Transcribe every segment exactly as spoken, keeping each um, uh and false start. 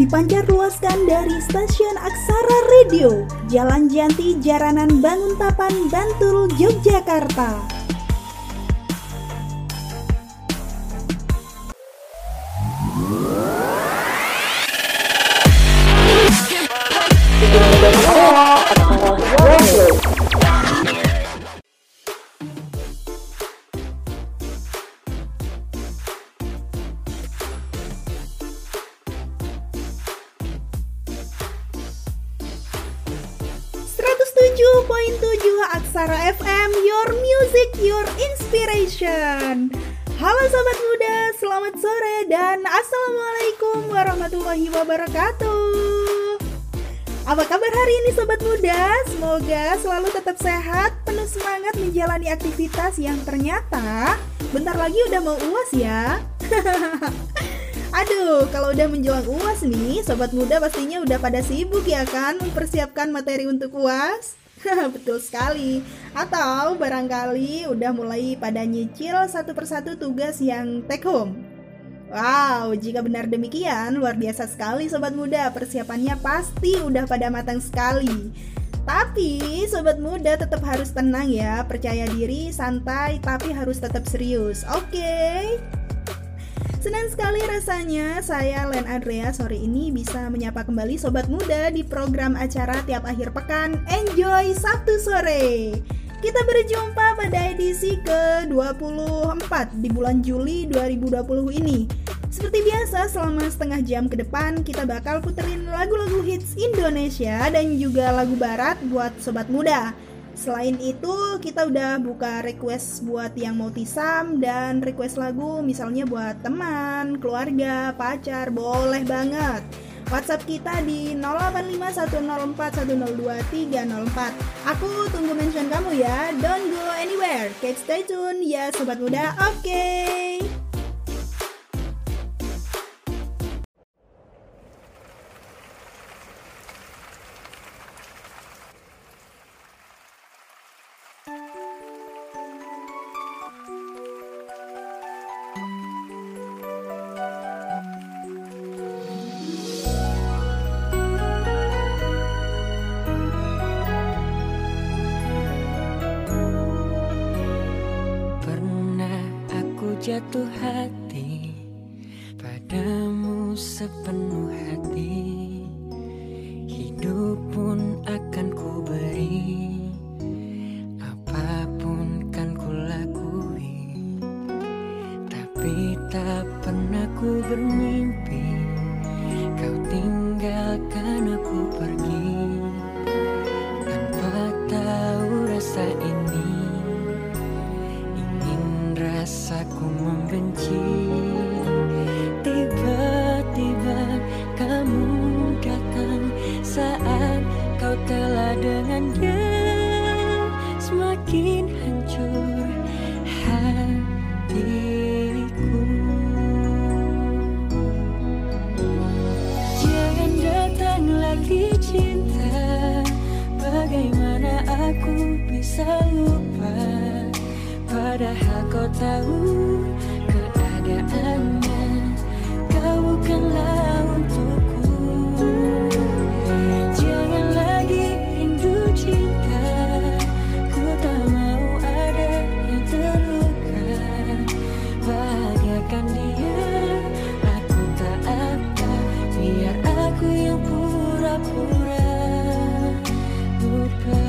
dipancar luaskan dari stasiun Aksara Radio, Jalan Janti, Jaranan Banguntapan, Bantul, Yogyakarta. tujuh koma tujuh Aksara F M, your music, your inspiration. Halo sobat muda, selamat sore dan assalamualaikum warahmatullahi wabarakatuh. Apa kabar hari ini sobat muda? Semoga selalu tetap sehat, penuh semangat menjalani aktivitas yang ternyata bentar lagi udah mau U A S ya. Aduh, kalau udah menjelang U A S nih, sobat muda pastinya udah pada sibuk ya kan mempersiapkan materi untuk U A S? Betul sekali. Atau barangkali udah mulai pada nyicil satu persatu tugas yang take home. Wow, jika benar demikian, luar biasa sekali sobat muda. Persiapannya pasti udah pada matang sekali. Tapi sobat muda tetap harus tenang ya, percaya diri, santai, tapi harus tetap serius. Oke? Okay? Senang sekali rasanya saya Len Andrea sore ini bisa menyapa kembali sobat muda di program acara tiap akhir pekan Enjoy Sabtu Sore. Kita berjumpa pada edisi ke dua puluh empat di bulan Juli dua ribu dua puluh ini. Seperti biasa selama setengah jam ke depan kita bakal puterin lagu-lagu hits Indonesia dan juga lagu barat buat sobat muda. Selain itu kita udah buka request buat yang mau tisam dan request lagu misalnya buat teman, keluarga, pacar, boleh banget. WhatsApp kita di nol delapan lima satu nol empat satu nol dua tiga nol empat. Aku tunggu mention kamu ya. Don't go anywhere. Keep stay tune ya sobat muda. Oke. Okay. Jatuh hati padamu sepenuh hati, hidup pun akan ku beri, apapun kan ku lakui. Tapi tak pernah ku bermimpi kau tinggalkan aku pergi, tanpa tahu rasa ini. Rasaku membenci. Tiba-tiba kamu datang saat kau telah dengannya. Semakin hancur hatiku. Jangan datang lagi cinta. Bagaimana aku bisa lupa, padahal kau tahu keadaannya. Kau bukanlah untukku. Jangan lagi rindu cinta. Ku tak mau ada yang terluka. Bahagiakan dia. Aku tak apa. Biar aku yang pura-pura lupa.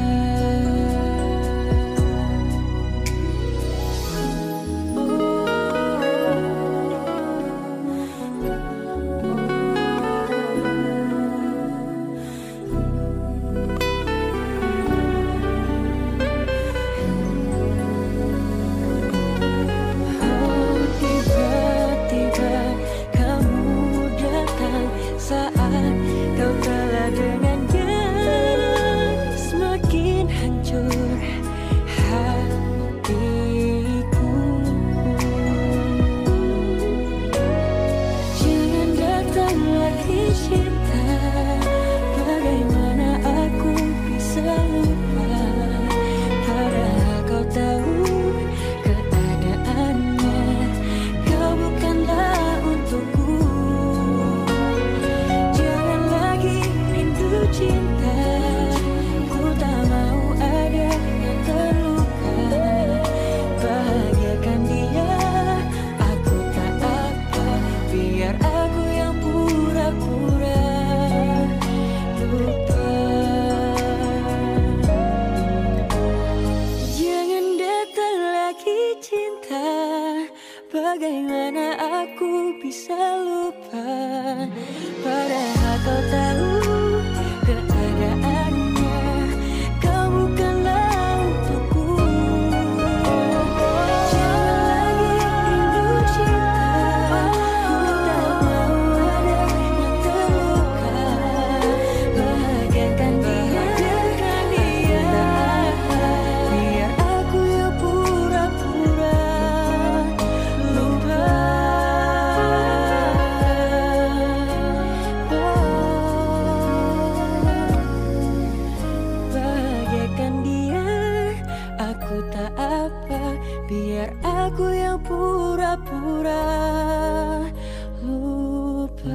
Bagaimana aku bisa lupa, padahal kau tahu keadaannya, kau bukanlah untukku. Jangan lagi rindu cinta, ku tak mau ada yang terluka. Bahagiakan dia, biar aku yang pura-pura lupa. Bahagiakan dia, aku tak apa, biar aku yang pura-pura lupa.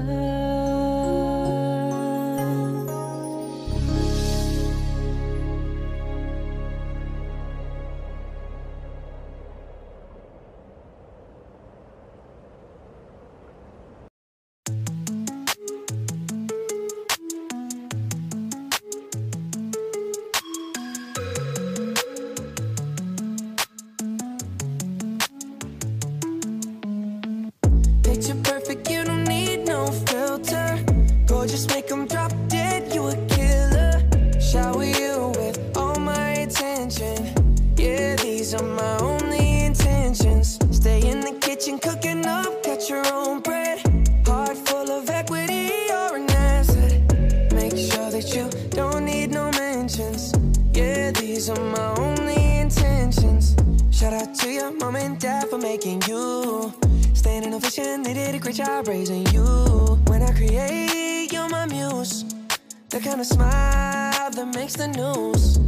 Picture perfect, you don't need no filter. Gorgeous, make them drop dead, you a killer. Shower you with all my attention. Yeah, these are my only intentions. Stay in the kitchen, cooking up, catch your own bread. Heart full of equity, you're an asset. Make sure that you don't need no mentions. Yeah, these are my only intentions. Shout out to your mom and dad for making you. Standing ovation, they did a great job raising you. When I create, you're my muse. The kind of smile that makes the news.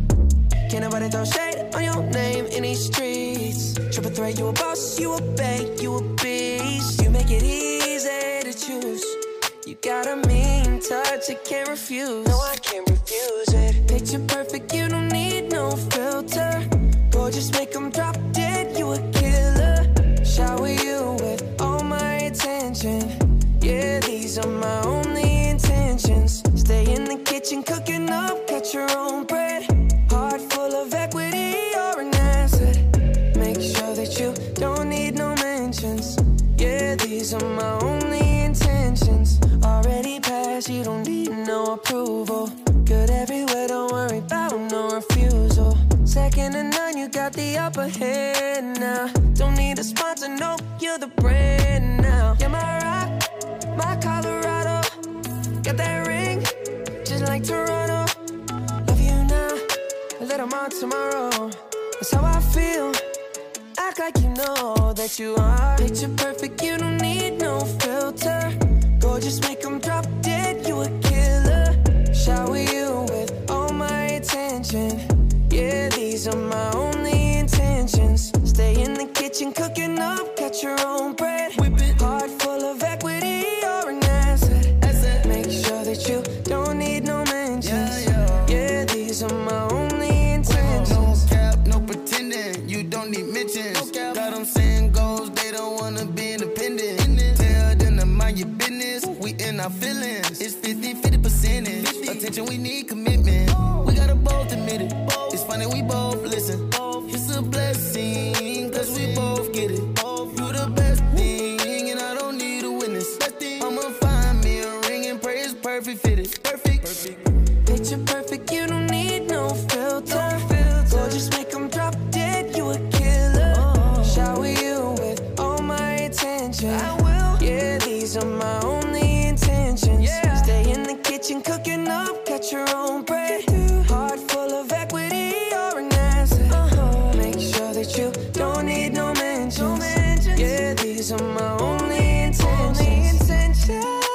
Can't nobody throw shade on your name in these streets. Triple threat, you a boss, you a bank, you a beast. You make it easy to choose. You got a mean touch, I can't refuse. No, I can't refuse it. Picture perfect, you don't need no filter. Gorgeous, make them drop dead, you a killer. Shower you with all my attention. Yeah, these are my only intentions. Stay in the kitchen, cooking up, catch your own bread. Heart full of equity, you're an asset. Make sure that you don't need no mentions. Yeah, these are my only intentions. Already passed, you don't need no approval. Good everywhere, don't worry about no refusal. Second to none, you got the upper hand now. Don't need a sponsor, no, you're the brand now. You're my rock, my Colorado. Got that ring, just like Toronto. Love you now, a little more tomorrow. That's how I feel, act like you know that you are. Picture perfect, you don't need no filter. Gorgeous, make them drop dead, you a killer. Shower you with all my attention. Yeah, these are my only intentions. Stay in the kitchen, cooking up, catch your own bread. Heart full of equity, you're an asset. asset. Make sure that you don't need no mentions. Yeah, yeah. Yeah, these are my only intentions. No cap, no pretending, you don't need mentions. No cap. Got them saying goals, they don't wanna be independent. Tell them to mind your business, we in our feelings. It's fifty, fifty percentage. Attention, we need commitment. We gotta both admit it. It's funny, we both listen. It's a blessing, cause we both get it. You the best thing, and I don't need a witness. I'ma find me a ring and pray it's perfect fitted. Perfect. Picture perfect, you don't need no filter. Gorgeous, make them drop dead, you a killer. Shower you with all my attention. I will. Yeah, these are my only intentions. Stay in the kitchen, cooking up, catch your own bread. Heart full of equity, you're an asset. Make sure that you don't need no mentions. Yeah, these are my only intentions.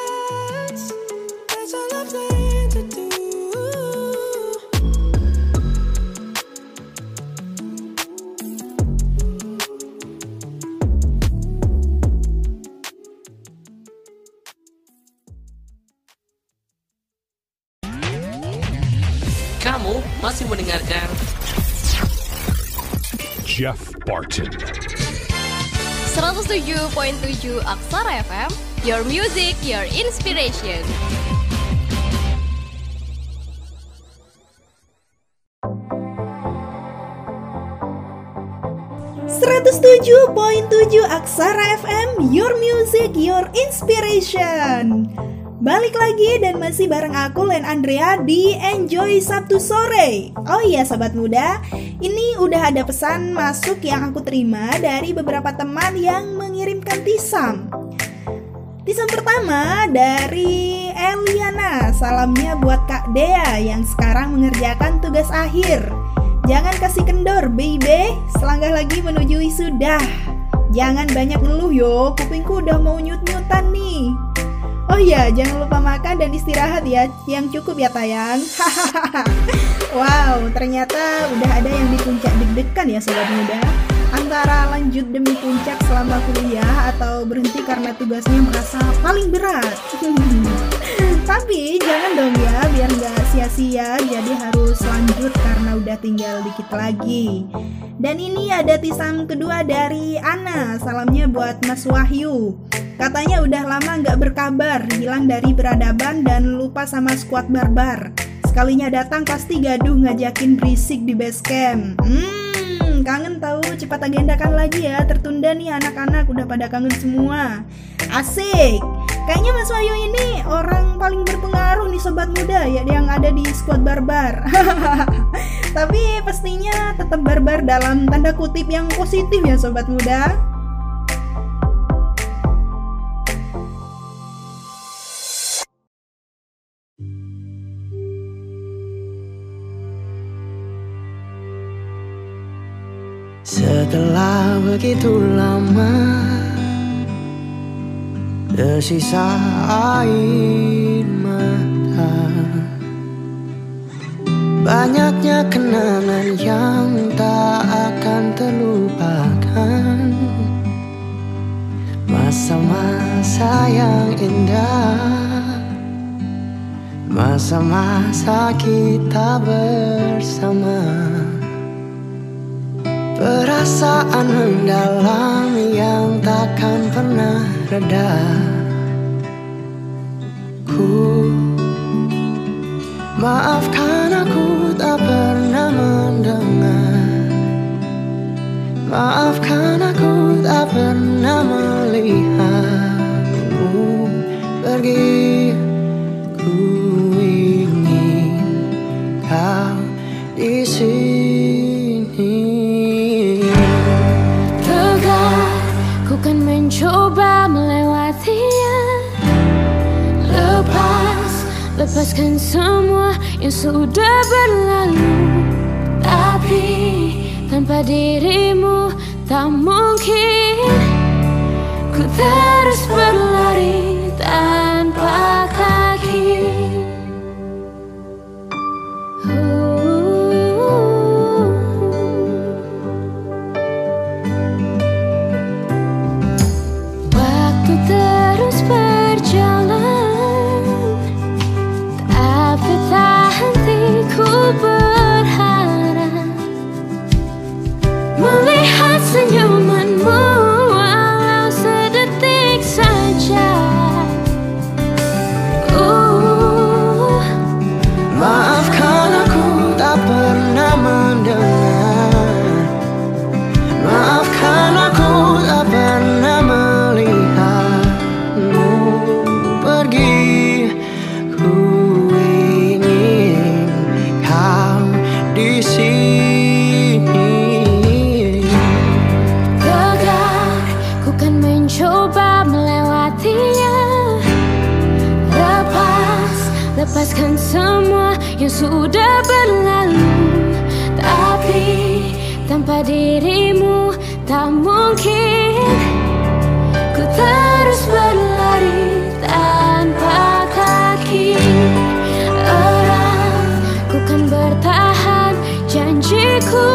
That's all I plan to do. Kamu masih mendengarkan Jeff Barton. seratus tujuh koma tujuh Aksara F M, your music, your inspiration. seratus tujuh koma tujuh Aksara F M, your music, your inspiration. Balik lagi dan masih bareng aku Len Andrea di Enjoy Sabtu Sore. Oh iya sobat muda, ini udah ada pesan masuk yang aku terima dari beberapa teman yang mengirimkan tisam. Tisam pertama dari Eliana, salamnya buat Kak Dea yang sekarang mengerjakan tugas akhir. Jangan kasih kendor baby, selangkah lagi menuju wisuda. Jangan banyak ngeluh yo, kupingku udah mau nyut-nyutan nih. Oh iya, jangan lupa makan dan istirahat ya, yang cukup ya tayang. Wow, ternyata udah ada yang di puncak deg-degan ya sobat muda. Antara lanjut demi puncak selama kuliah atau berhenti karena tugasnya merasa paling berat. Tapi jangan dong ya, biar nggak sia-sia, jadi harus lanjut karena udah tinggal dikit lagi. Dan ini ada tisam kedua dari Ana, salamnya buat Mas Wahyu. Katanya udah lama nggak berkabar, hilang dari peradaban dan lupa sama squad barbar. Sekalinya datang pasti gaduh ngajakin berisik di base camp. Hmm, kangen tahu, cepat agendakan lagi ya, tertunda nih anak-anak, udah pada kangen semua. Asik. Kayaknya Mas Wahyu ini orang paling berpengaruh nih sobat muda ya yang ada di squad barbar. Tapi pastinya tetap barbar dalam tanda kutip yang positif ya sobat muda. Setelah begitu lama tersisa air mata, banyaknya kenangan yang tak akan terlupakan, masa-masa yang indah, masa-masa kita bersama. Perasaan mendalam yang takkan pernah reda. Ku maafkan aku tak pernah mendengar, maafkan aku tak pernah melihatmu pergi. Ku ingin kau di sini. Kan mencoba melewatinya, lepas, lepaskan semua yang sudah berlalu. Tapi tanpa dirimu tak mungkin ku terus berlari tanpa kaki. Melihat senyumanmu walau sedetik saja. uh, Maafkan aku tak pernah mendengar, maafkan aku tak pernah melihatmu pergi. Ku ingin kau di sini. Coba melewatinya, lepas, lepaskan semua yang sudah berlalu. Tapi tanpa dirimu tak mungkin ku terus berlari tanpa kaki. Erat, ku kan bertahan, janjiku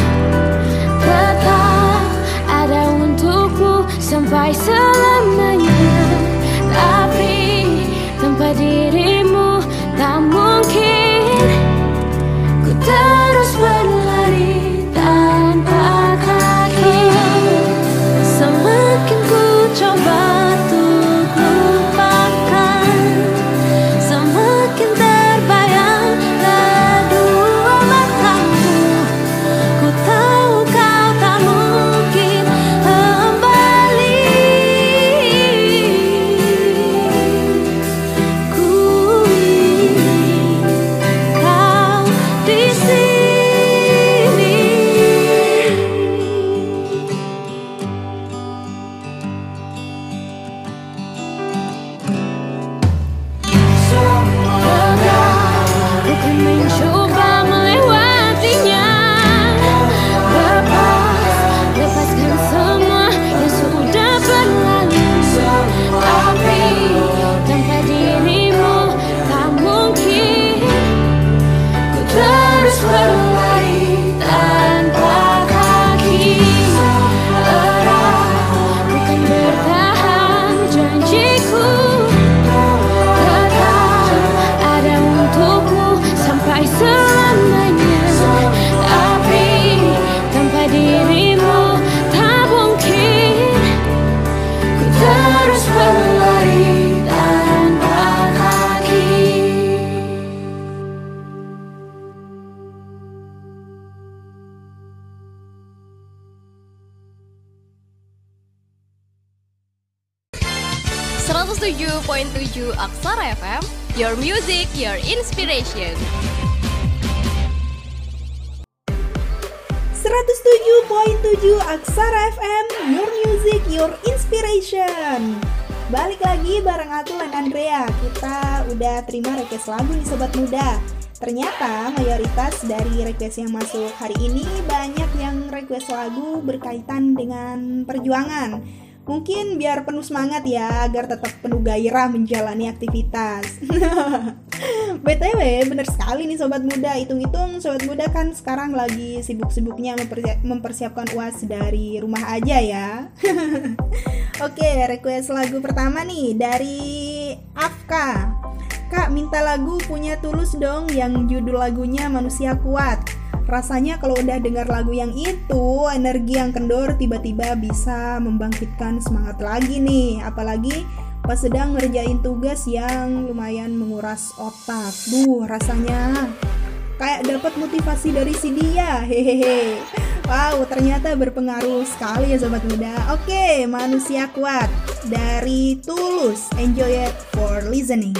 tetap ada untukmu sampai selamanya. Tapi tanpa dirimu tak mungkin ku terus berlari tanpa kaki. Semakin ku coba untuk lupakan, semakin terbayang kedua matamu. Ku tahu kau tak mungkin mencoba melewatinya. Lepas, lepaskan semua yang sudah berlalu. Tapi tanpa dirimu tak mungkin ku terus berlari tanpa kaki. Erat bukan bertahan, janjiku tetap ada untukmu sampai selamanya. Tapi tanpa dirimu tak mungkin ku terus berlari tanpa kaki. seratus tujuh koma tujuh Aksara F M, your music, your inspiration. seratus tujuh koma tujuh Aksara F M, your music, your inspiration. Balik lagi bareng aku dan Andrea. Kita udah terima request lagu nih Sobat Muda. Ternyata mayoritas dari request yang masuk hari ini banyak yang request lagu berkaitan dengan perjuangan. Mungkin biar penuh semangat ya, agar tetap penuh gairah menjalani aktivitas. B T W, bener sekali nih Sobat Muda. Hitung-hitung Sobat Muda kan sekarang lagi sibuk-sibuknya mempersi- mempersiapkan U A S dari rumah aja ya. Oke, request lagu pertama nih dari Afka. Kak, minta lagu Punya Tulus dong yang judul lagunya Manusia Kuat. Rasanya kalau udah dengar lagu yang itu, energi yang kendor tiba-tiba bisa membangkitkan semangat lagi nih. Apalagi pas sedang ngerjain tugas yang lumayan menguras otak. Duh, rasanya kayak dapat motivasi dari si dia. Hehehe. Wow, ternyata berpengaruh sekali ya Sobat Muda. Oke, Manusia Kuat dari Tulus. Enjoy it for listening.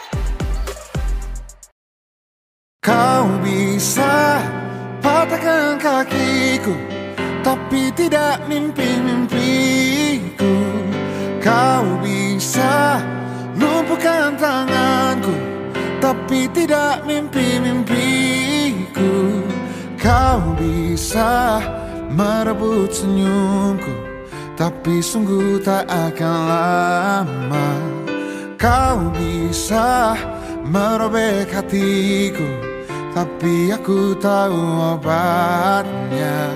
Kau bisa patahkan kakiku, tapi tidak mimpi-mimpiku. Kau bisa lumpuhkan tanganku, tapi tidak mimpi-mimpiku. Kau bisa merebut senyumku, tapi sungguh tak akan lama. Kau bisa merobek hatiku, tapi aku tahu obatnya.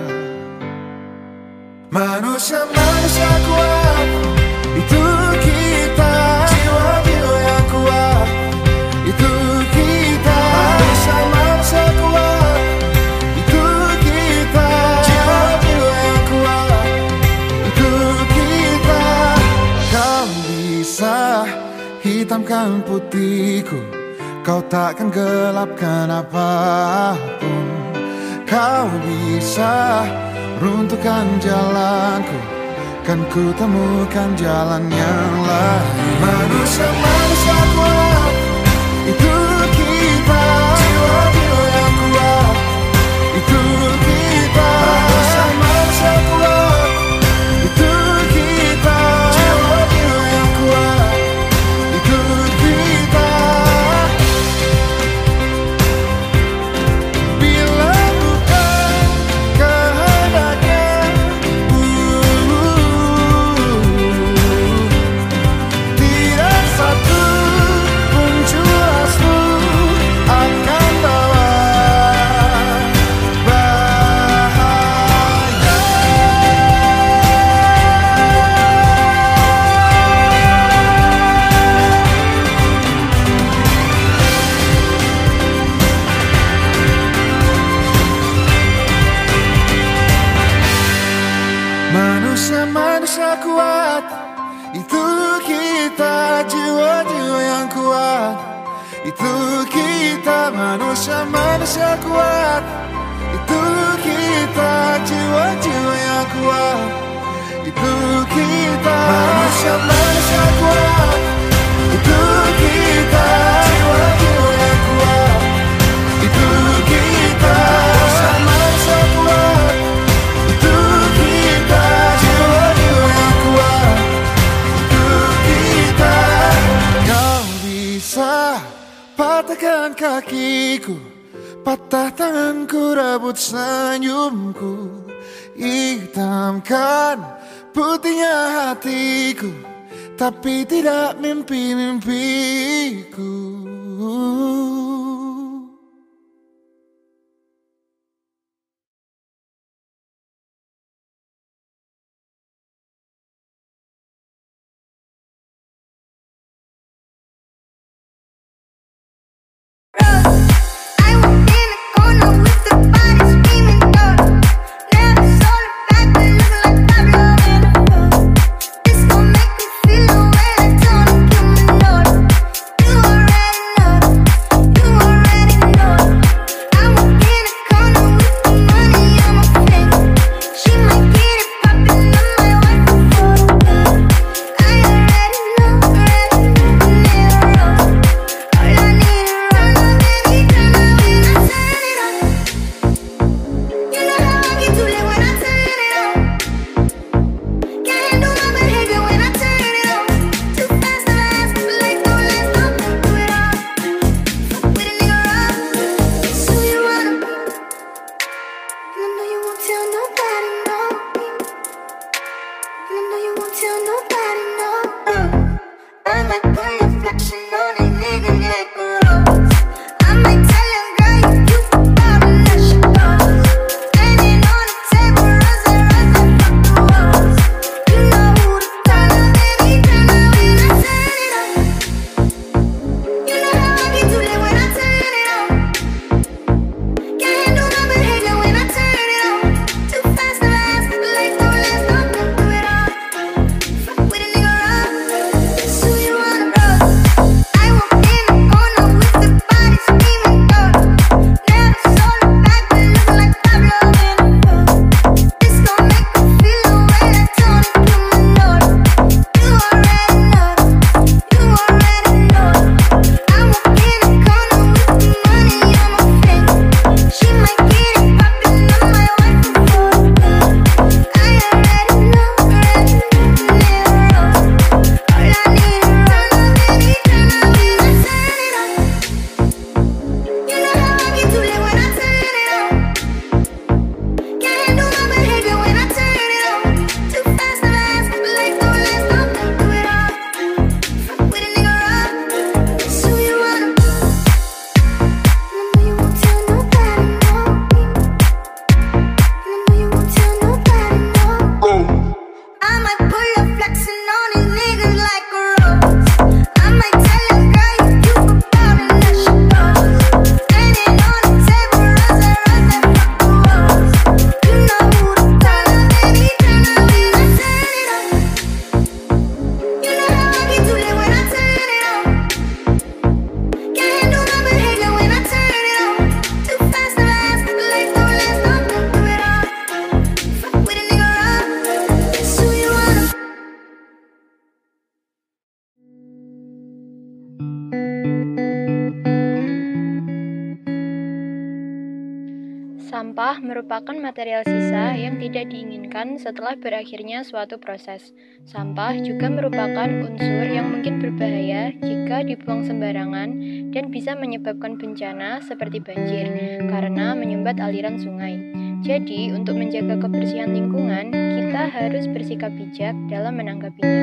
Manusia-manusia kuat, itu kita. Jiwa-jiwa yang kuat, itu kita. Manusia-manusia kuat, itu kita. Jiwa-jiwa yang kuat, itu kita. Kau bisa hitamkan putihku, kau takkan gelapkan apapun. Kau bisa runtuhkan jalanku, kan ku temukan jalan yang lain. Manusia-manusia kuat, itu kita. Jiwa-jiwa yang kuat, itu kita. Manusia-manusia kuat, itu kita. Jiwa-jiwa yang kuat, itu kita. Manusia-manusia kuat, itu kita. Jiwa-jiwa yang kuat, itu kita. Manusia-manusia kuat, itu kita. Jiwa-jiwa yang kuat, itu kita. Manusia-manusia kuat, itu kita. Jiwa-jiwa yang kuat, itu kita. Manusia-manusia kuat, itu kita. Jiwa-jiwa yang kuat, itu kita. Kau bisa patahkan kakiku, patah tanganku, rebut senyumku, hitamkan putihnya hatiku, tapi tidak mimpi-mimpiku. Sampah merupakan material sisa yang tidak diinginkan setelah berakhirnya suatu proses. Sampah juga merupakan unsur yang mungkin berbahaya jika dibuang sembarangan dan bisa menyebabkan bencana seperti banjir karena menyumbat aliran sungai. Jadi, untuk menjaga kebersihan lingkungan, kita harus bersikap bijak dalam menanggapinya.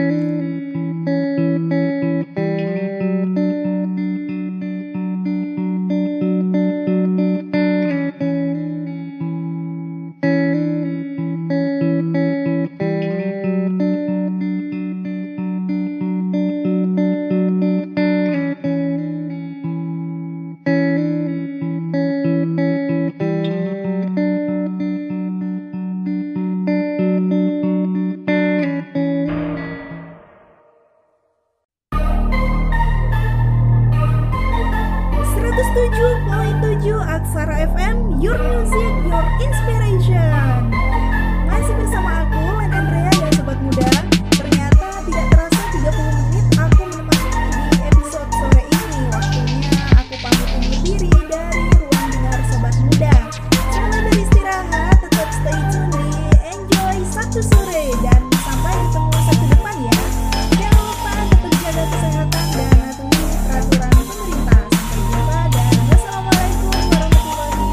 tujuh koma tujuh Aksara F M, Your Music, Your Inspiration. Masih bersama aku, Len Andrea dan Sobat Muda. Ternyata tidak terasa tiga puluh menit aku menemani di episode sore ini. Waktunya aku pamit undur diri dari Ruang Dengar Sobat Muda. Selamat beristirahat, tetap stay tune di Enjoy Sabtu Sore. Dan sampai ketemu Sabtu depan ya. Jangan lupa tetap jaga kesehatan dan atuhi peraturan pemerintah. Sampai jumpa dan wassalamualaikum warahmatullahi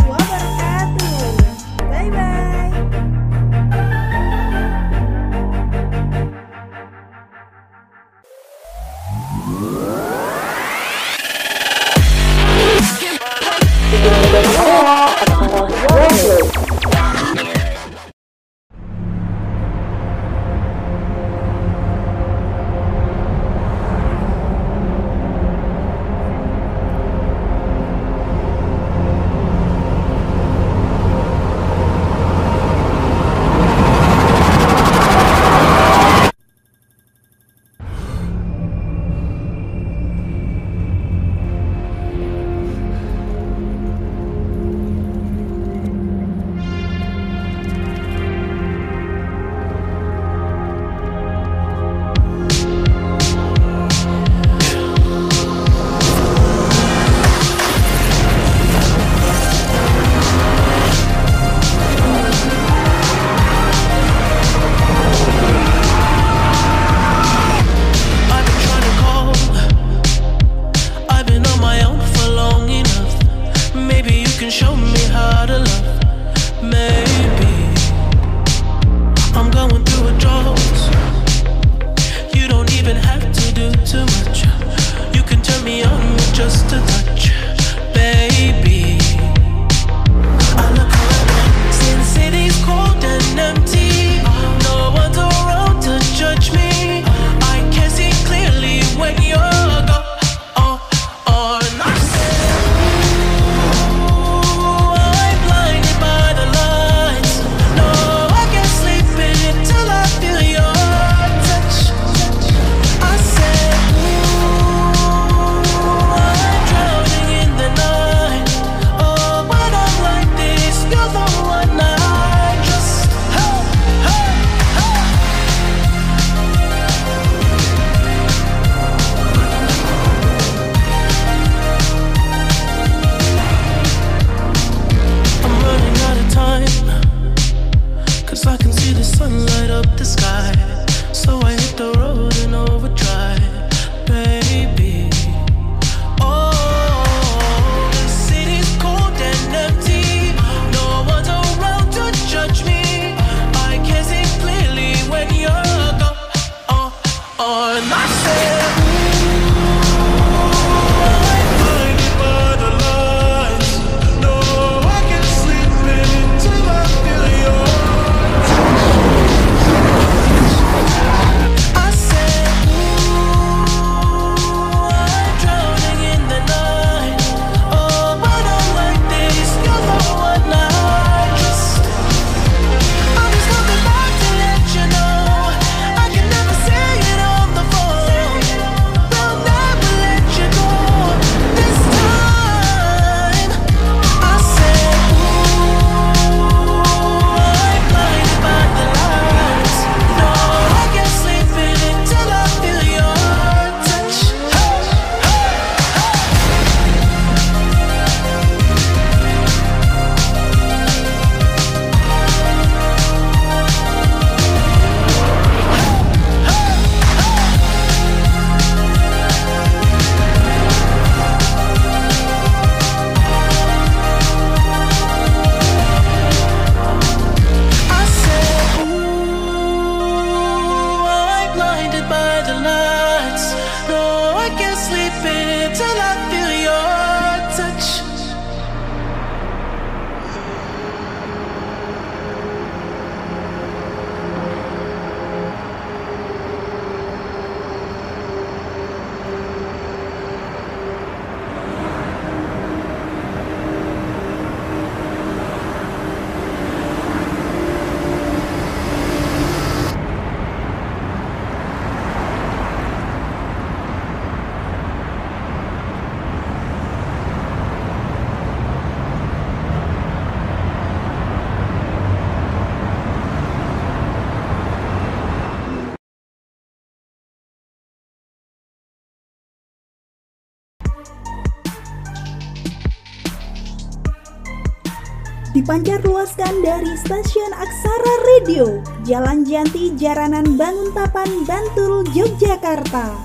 dipancar luaskan dari stasiun Aksara Radio, Jalan Janti, Jaranan Banguntapan, Bantul, Yogyakarta.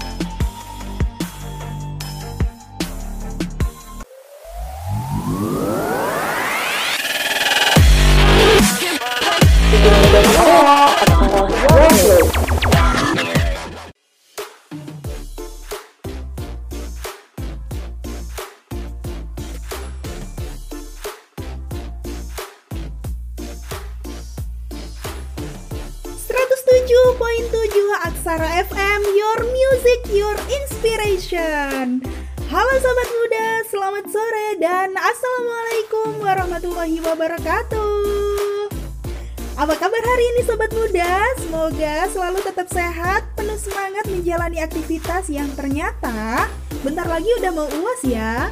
tujuh koma tujuh Aksara F M, your music, your inspiration. Halo Sobat Muda, selamat sore dan Assalamualaikum warahmatullahi wabarakatuh. Apa kabar hari ini Sobat Muda? Semoga selalu tetap sehat, penuh semangat menjalani aktivitas yang ternyata bentar lagi udah mau U A S ya.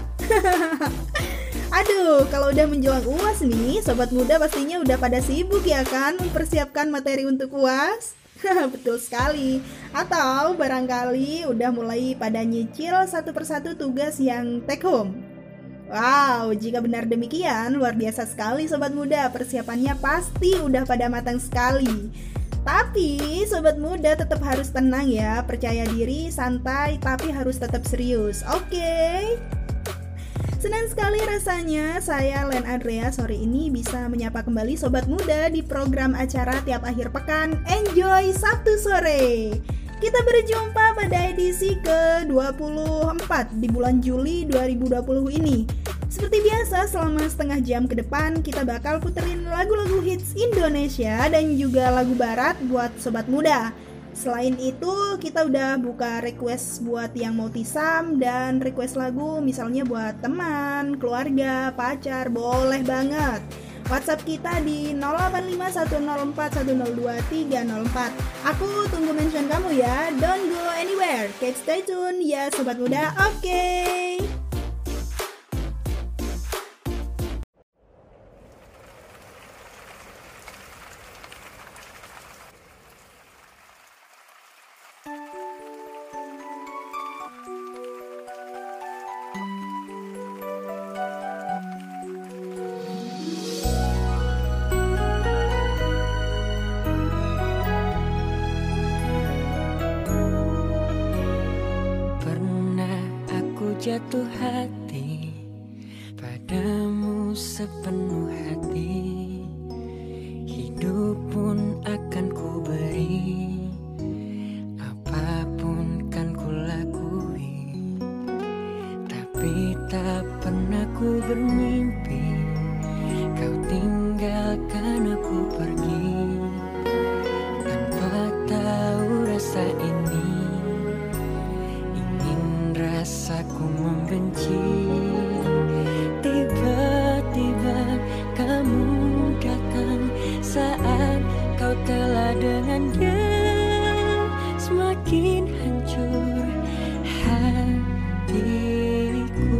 Aduh, kalau udah menjelang U A S nih, Sobat Muda pastinya udah pada sibuk ya kan mempersiapkan materi untuk U A S? Betul sekali. Atau barangkali udah mulai pada nyicil satu persatu tugas yang take home. Wow, jika benar demikian, luar biasa sekali Sobat Muda. Persiapannya pasti udah pada matang sekali. Tapi Sobat Muda tetap harus tenang ya, percaya diri, santai, tapi harus tetap serius. Oke? Okay? Senang sekali rasanya saya Len Andrea sore ini bisa menyapa kembali Sobat Muda di program acara tiap akhir pekan Enjoy Sabtu Sore. Kita berjumpa pada edisi ke dua puluh empat di bulan Juli dua ribu dua puluh ini. Seperti biasa selama setengah jam ke depan kita bakal puterin lagu-lagu hits Indonesia dan juga lagu barat buat Sobat Muda. Selain itu, kita udah buka request buat yang mau tisam dan request lagu misalnya buat teman, keluarga, pacar, boleh banget. WhatsApp kita di nol delapan lima satu nol empat satu nol dua tiga nol empat. Aku tunggu mention kamu ya. Don't go anywhere. Keep stay tune ya Sobat Muda. Oke. Okay. Jatuh hati padamu sepenuh hati, hidup pun akan ku beri, apapun kan ku lakui. Tapi tak pernah ku bermimpi kau tinggalkan aku pergi, tanpa tahu rasa ini. Rasaku membenci. Tiba-tiba kamu datang saat kau telah dengan dia. Semakin hancur hatiku.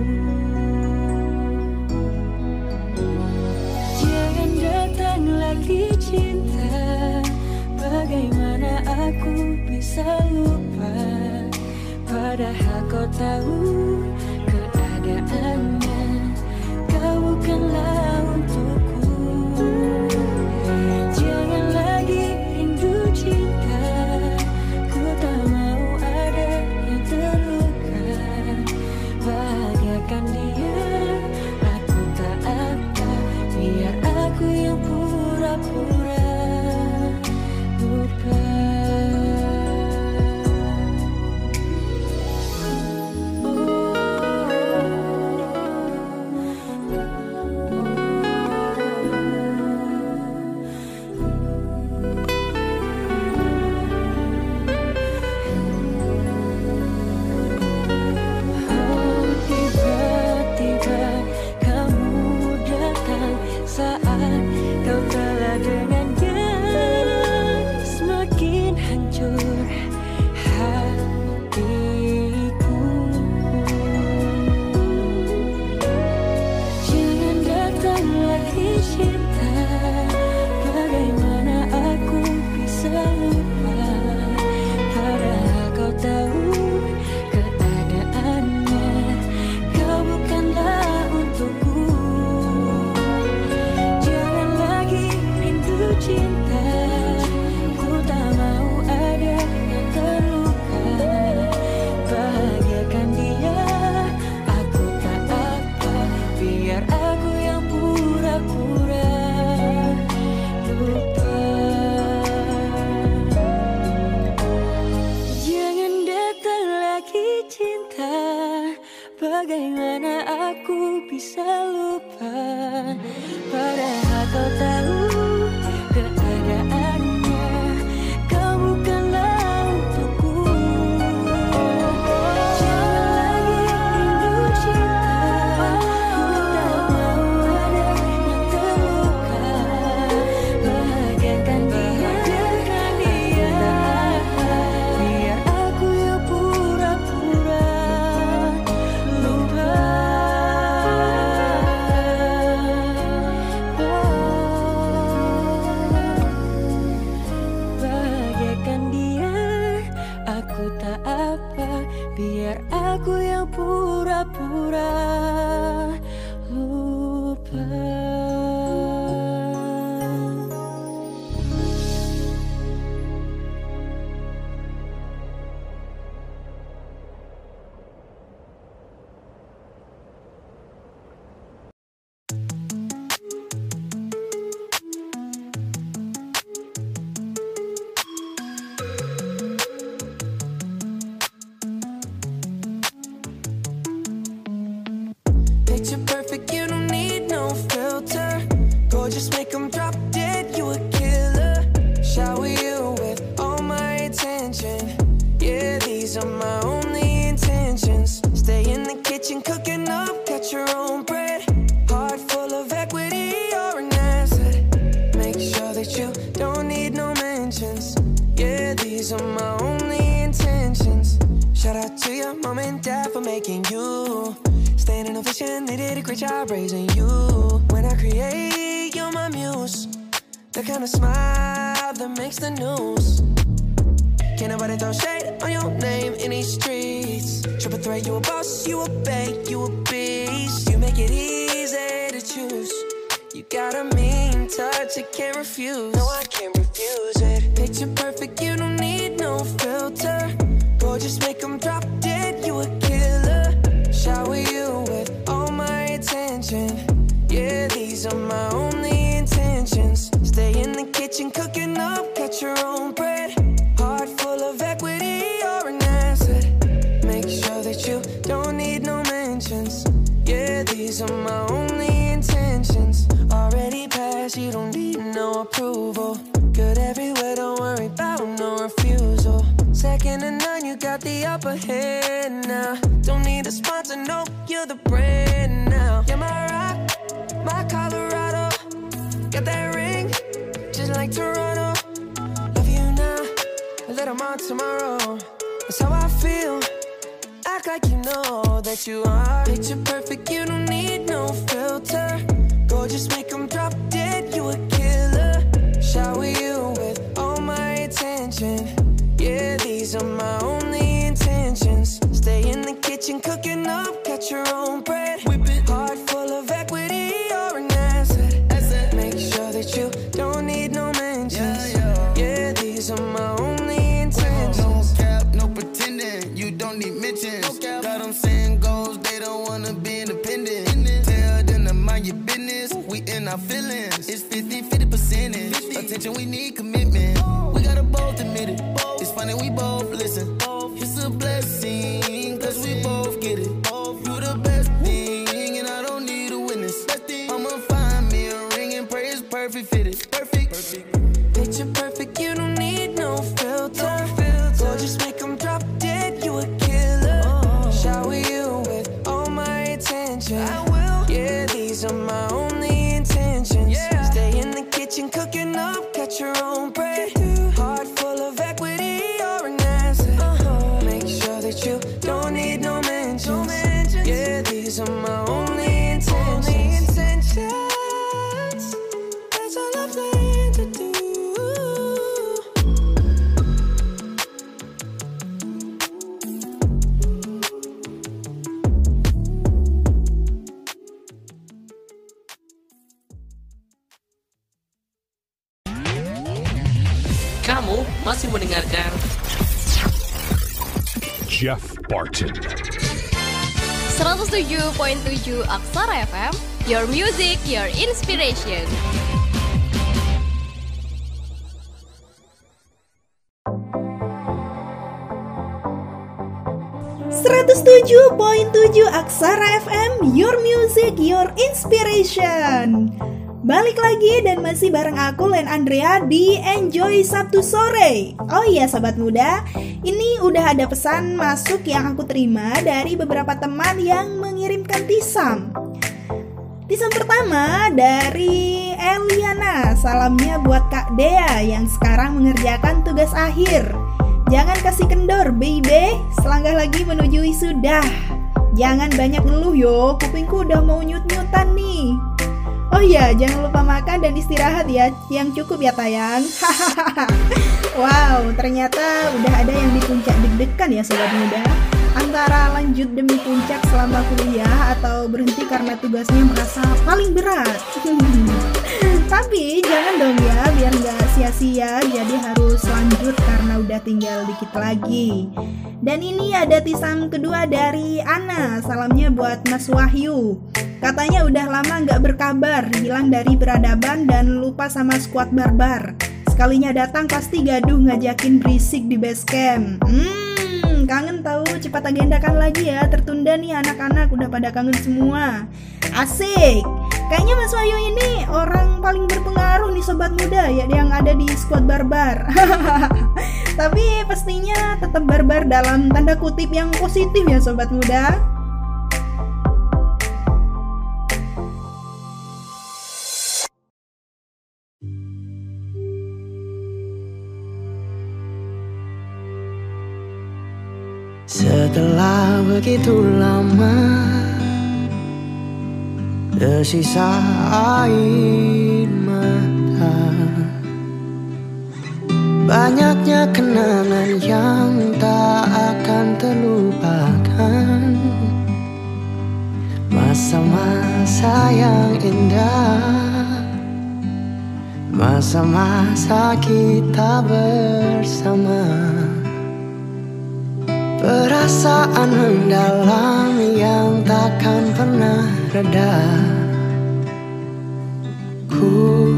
Jangan datang lagi cinta. Bagaimana aku bisa lupa, padahal kau tahu keadaannya. Kau bukanlah untukku. Jangan lagi rindu cinta. Ku tak mau ada yang terluka. Bahagiakan dia. Aku tak apa. Biar aku yang pura-pura lupa. Bagaimana aku bisa lupa, padahal kau tahu keadaannya. Kau bagaimana apa, biar aku yang pura-pura lupa. Picture perfect, you don't need no filter. Gorgeous, make them drop dead, you a killer. Shower you with all my attention. Yeah, these are my only intentions. Stay in the kitchen cooking up, got your own bread. Heart full of equity, you're an asset. Make sure that you don't need no mentions. Yeah, these are my only intentions. Shout out to your mom and dad for making you. Standing ovation, they did a great job raising you. When I create, you're my muse. The kind of smile that makes the news. Can't nobody throw shade on your name in these streets. Triple threat, you a boss, you a bank, you a beast. You make it easy to choose. You got a mean touch, I can't refuse. No, I can't refuse it. Picture perfect, you don't need no filter. Gorgeous, make them drop dead, you a killer. Shower you with all my attention. Yeah, these are my only intentions. Stay in the kitchen cooking up, got your own bread. Heart full of equity, you're an asset. Make sure that you don't need no mentions. Yeah, these are my only intentions. Already passed, you don't need no approval. Good everywhere, don't worry about no refusal. Second to none, you got the upper hand now. Don't need a sponsor, no, you're the brand now. You're my rock, my Colorado. Got that ring, just like Toronto. Love you now, a little more tomorrow. That's how I feel, act like you know that you are. Picture perfect, you don't need no filter. Gorgeous, make them drop dead, you a killer. Shower you with all my attention. Yeah, these are my only intentions. Stay in the kitchen cooking up, got your own bread. Heart full of equity, you're an asset. asset. Make sure that you don't need no mentions. Yeah, yeah. Yeah, these are my only intentions. No cap, no pretending, you don't need mentions. No got them saying goals, they don't wanna be independent. Tell them to mind your business, we in our feelings. It's fifty, fifty percentage. Attention, we need commitment. We gotta both admit it. It's funny, we both listen. It's a blessing, cause we both get it. You the best thing, and I don't need a witness. I'ma find me a ring and pray it's perfect fitted. Perfect. Picture perfect, you don't need no filter. Gorgeous, make them drop dead, you a killer. Shower you with all my attention. I will. Yeah, these are my only intentions. Stay in the kitchen cooking up, got your own bread. Heart full of equity, you're an asset. Make sure that you don't need no mentions. Yeah, these are my only intentions. That's all I plan to do. Kamu masih mendengarkan Jeff Barton seratus tujuh koma tujuh Aksara F M, your music, your inspiration. seratus tujuh koma tujuh Aksara F M, your music, your inspiration. Balik lagi dan masih bareng aku Len Andrea di Enjoy Sabtu Sore. Oh iya sahabat muda, ini udah ada pesan masuk yang aku terima dari beberapa teman yang mengirimkan tisam. Tisam pertama dari Eliana, salamnya buat Kak Dea yang sekarang mengerjakan tugas akhir. Jangan kasih kendor baby, selangkah lagi menuju wisuda. Jangan banyak ngeluh yo, kupingku udah mau nyut-nyutan nih. Oh iya, jangan lupa makan dan istirahat ya, yang cukup ya tayang. Wow, ternyata udah ada yang di puncak deg-degan ya sobat muda. Antara lanjut demi puncak selama kuliah atau berhenti karena tugasnya merasa paling berat. Tapi jangan dong ya, biar nggak sia-sia, jadi harus lanjut karena udah tinggal dikit lagi. Dan ini ada tisam kedua dari Ana, salamnya buat Mas Wahyu. Katanya udah lama nggak berkabar, hilang dari peradaban dan lupa sama squad barbar. Sekalinya datang pasti gaduh ngajakin berisik di base camp. Hmm, kangen tahu, cepat agendakan lagi ya, tertunda nih anak-anak, udah pada kangen semua. Asik. Kayaknya Mas Wahyu ini orang paling berpengaruh nih sobat muda ya yang ada di squad barbar. Tapi pastinya tetap barbar dalam tanda kutip yang positif ya sobat muda. Setelah begitu lama tersisa air mata, banyaknya kenangan yang tak akan terlupakan, masa-masa yang indah, masa-masa kita bersama. Perasaan mendalam yang takkan pernah reda. Ku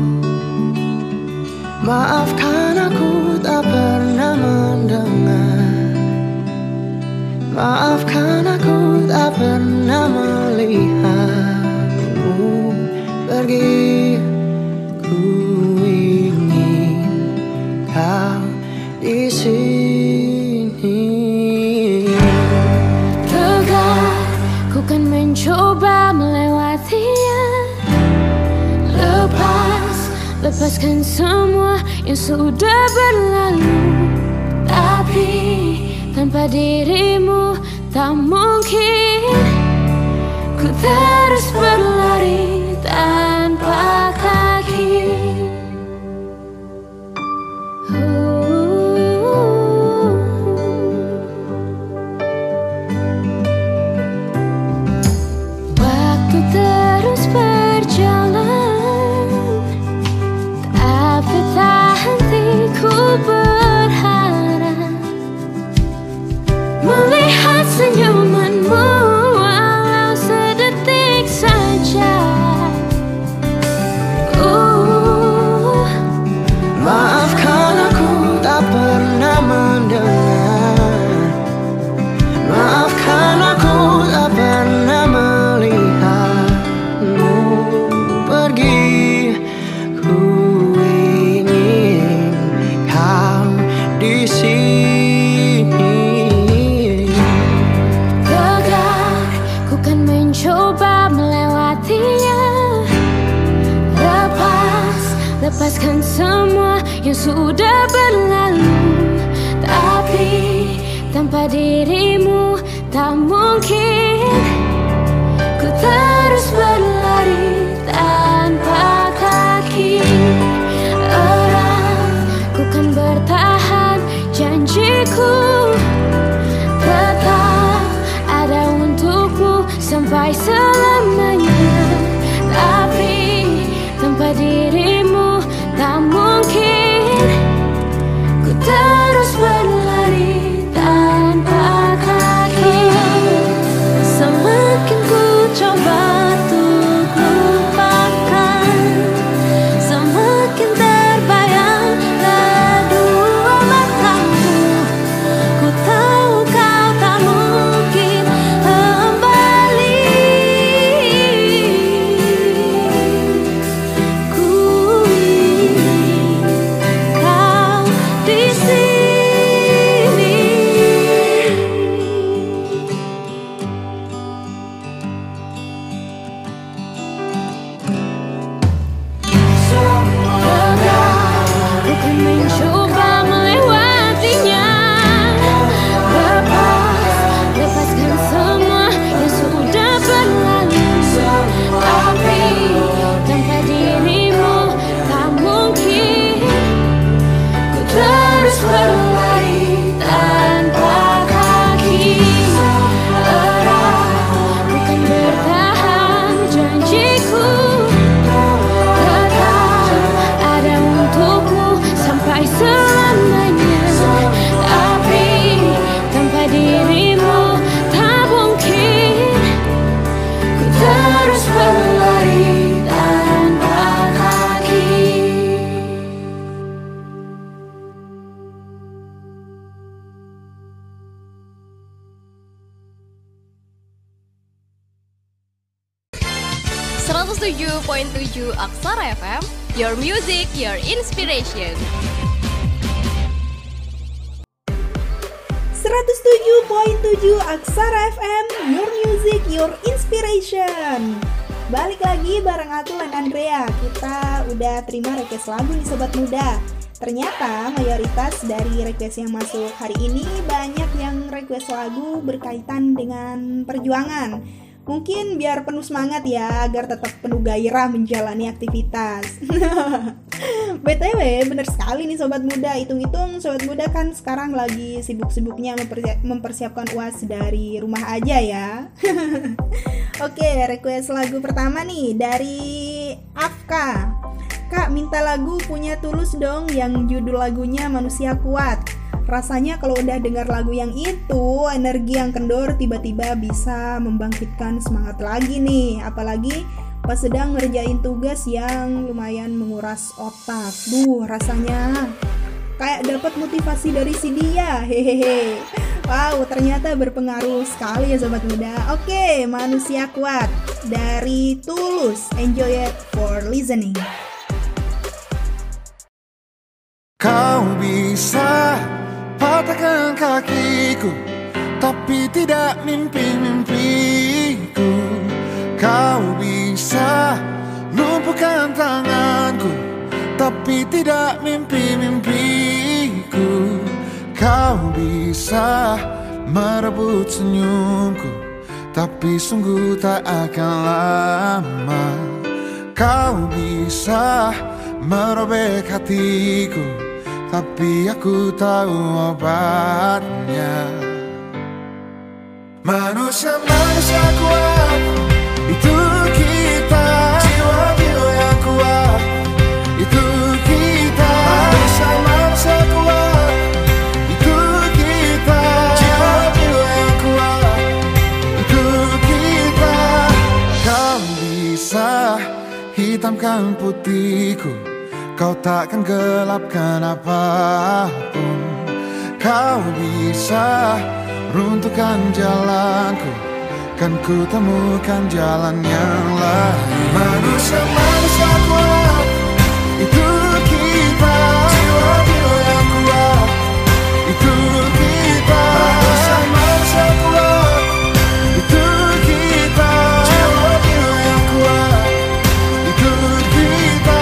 maafkan aku tak pernah mendengar, maafkan aku tak pernah melihatmu pergi. Ku ingin kau di sini. Kan mencoba melewatinya, lepas, lepaskan semua yang sudah berlalu. Tapi tanpa dirimu tak mungkin ku terus berlari tanpa kaki. Melihat senyumanmu walau sedetik saja. uh. Maafkan aku tak pernah mendengar, maafkan aku tak pernah melihatmu pergi. Ku ingin kau di sini. Coba melewatinya, lepas, lepaskan semua yang sudah berlalu. Tapi tanpa dirimu tak mungkin ku terus berlari tanpa kaki. Erat, ku kan bertahan, janjiku tetap ada untukmu sampai selamanya. Tapi tanpa dirimu tak mungkin ku terus berlari tanpa kaki. Semakin ku coba tuh seratus tujuh koma tujuh Aksara F M, your music, your inspiration. seratus tujuh koma tujuh Aksara F M, your music, your inspiration. Balik lagi bareng aku Lan Andrea. Kita udah terima request lagu nih Sobat Muda. Ternyata mayoritas dari request yang masuk hari ini banyak yang request lagu berkaitan dengan perjuangan. Mungkin biar penuh semangat ya, agar tetap penuh gairah menjalani aktivitas. B T W bener sekali nih Sobat Muda. Hitung-hitung Sobat Muda kan sekarang lagi sibuk-sibuknya mempersi- mempersiapkan U A S dari rumah aja ya. Oke, request lagu pertama nih dari Afka. Kak, minta lagu Punya Tulus dong yang judul lagunya Manusia Kuat. Rasanya kalau udah dengar lagu yang itu, energi yang kendor tiba-tiba bisa membangkitkan semangat lagi nih. Apalagi pas sedang ngerjain tugas yang lumayan menguras otak. Duh, rasanya kayak dapat motivasi dari si dia. Hehehe. Wow, ternyata berpengaruh sekali ya Sobat Muda. Oke, Manusia Kuat dari Tulus. Enjoy it for listening. Kau bisa patahkan kakiku, tapi tidak mimpi-mimpiku. Kau bisa lumpuhkan tanganku, tapi tidak mimpi-mimpiku. Kau bisa merebut senyumku, tapi sungguh tak akan lama. Kau bisa merobek hatiku, tapi aku tahu obatnya. Manusia-manusia kuat, itu kita. Jiwa-jiwa yang kuat, itu kita. Manusia-manusia kuat, itu kita. Jiwa-jiwa yang kuat, itu kita. Kau bisa hitamkan putihku, kau takkan gelapkan apapun. Kau bisa runtuhkan jalanku, kan ku temukan jalan yang lain. Manusia-manusia kuat, itu kita. Jiwa-jiwa yang kuat, itu kita. Manusia-manusia kuat, itu kita. Jiwa-jiwa yang kuat, itu kita.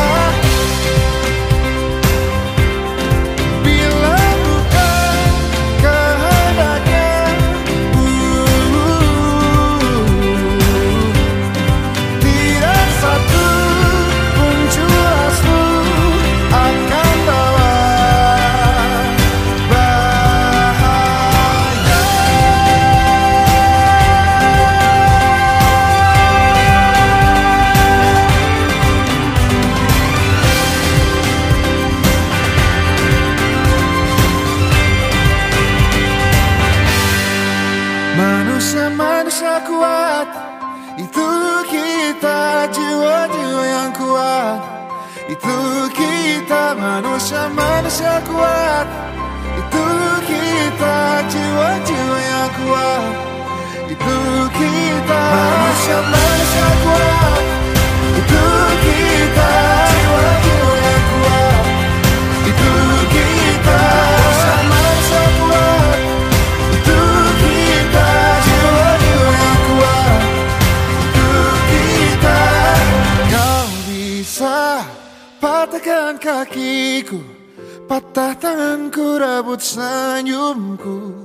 Manusia-manusia kuat, itu kita. Jiwa-jiwa yang kuat, itu kita. Manusia-manusia kuat, itu kita. Jiwa-jiwa yang kuat, itu kita. Manusia-manusia kuat, itu kita. Jiwa-jiwa yang kuat, itu kita. Manusia-manusia kuat, itu kita. Jiwa-jiwa yang kuat, itu kita. Kau bisa patahkan kakiku, patah tanganku, rebut senyumku.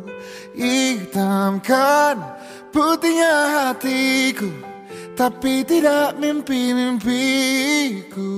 Hitamkan putihnya hatiku, tapi tidak mimpi-mimpiku.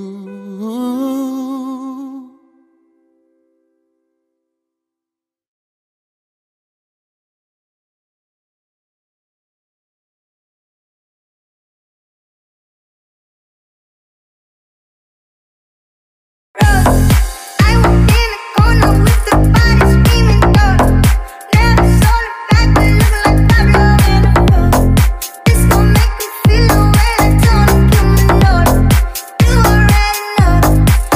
Feel the way I don't kill me, Lord. You already know.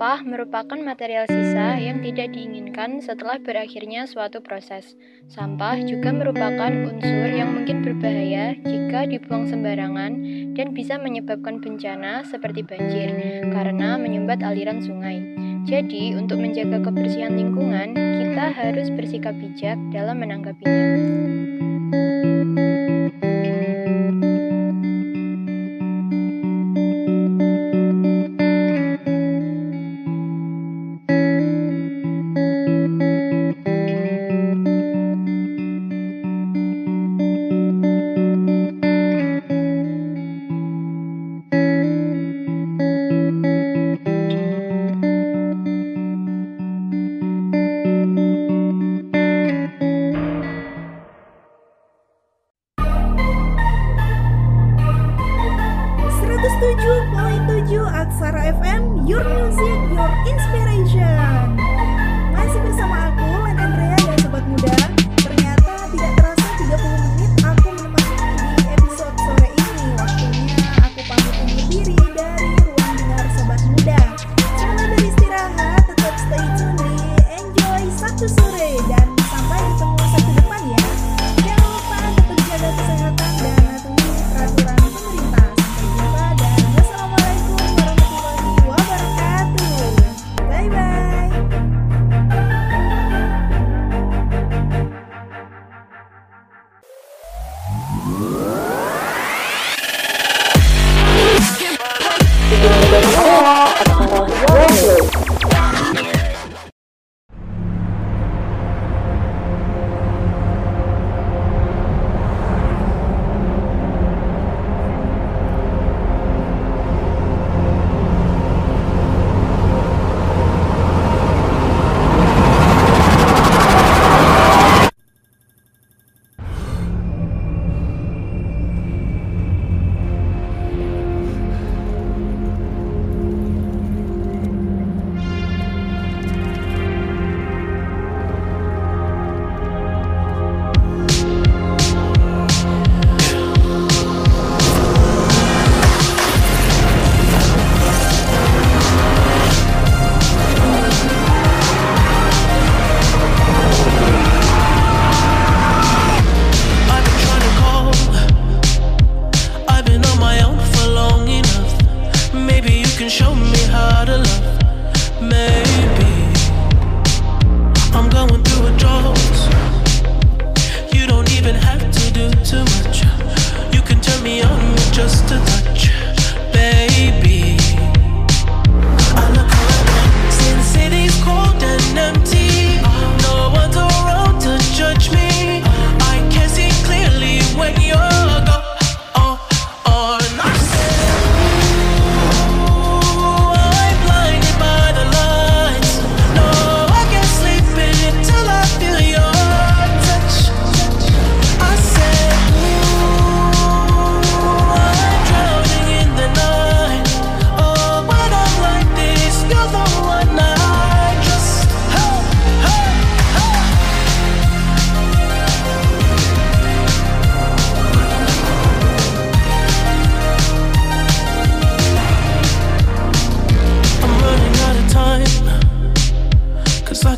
Sampah merupakan material sisa yang tidak diinginkan setelah berakhirnya suatu proses. Sampah juga merupakan unsur yang mungkin berbahaya jika dibuang sembarangan dan bisa menyebabkan bencana seperti banjir karena menyumbat aliran sungai. Jadi, untuk menjaga kebersihan lingkungan, kita harus bersikap bijak dalam menanggapinya. tujuh koma tujuh Aksara F M, Your Music, Your Inspiration. Masih bersama aku, Len Andrea dan Sobat Muda. Ternyata tidak terasa tiga puluh menit aku menemani di episode sore ini. Waktunya aku pamit undur diri dari Ruang Dengar Sobat Muda. Selamat beristirahat, tetap stay tune di Enjoy Sabtu Sore. Dan sampai ketemu Sabtu depan ya. Jangan lupa tetap jaga kesehatan dan atuhi peraturan pemerintah. Sampai jumpa dan wassalamualaikum warahmatullahi wabarakatuh. Bye bye.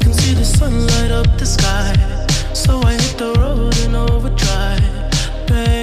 Sun light up the sky, so I hit the road in overdrive, babe.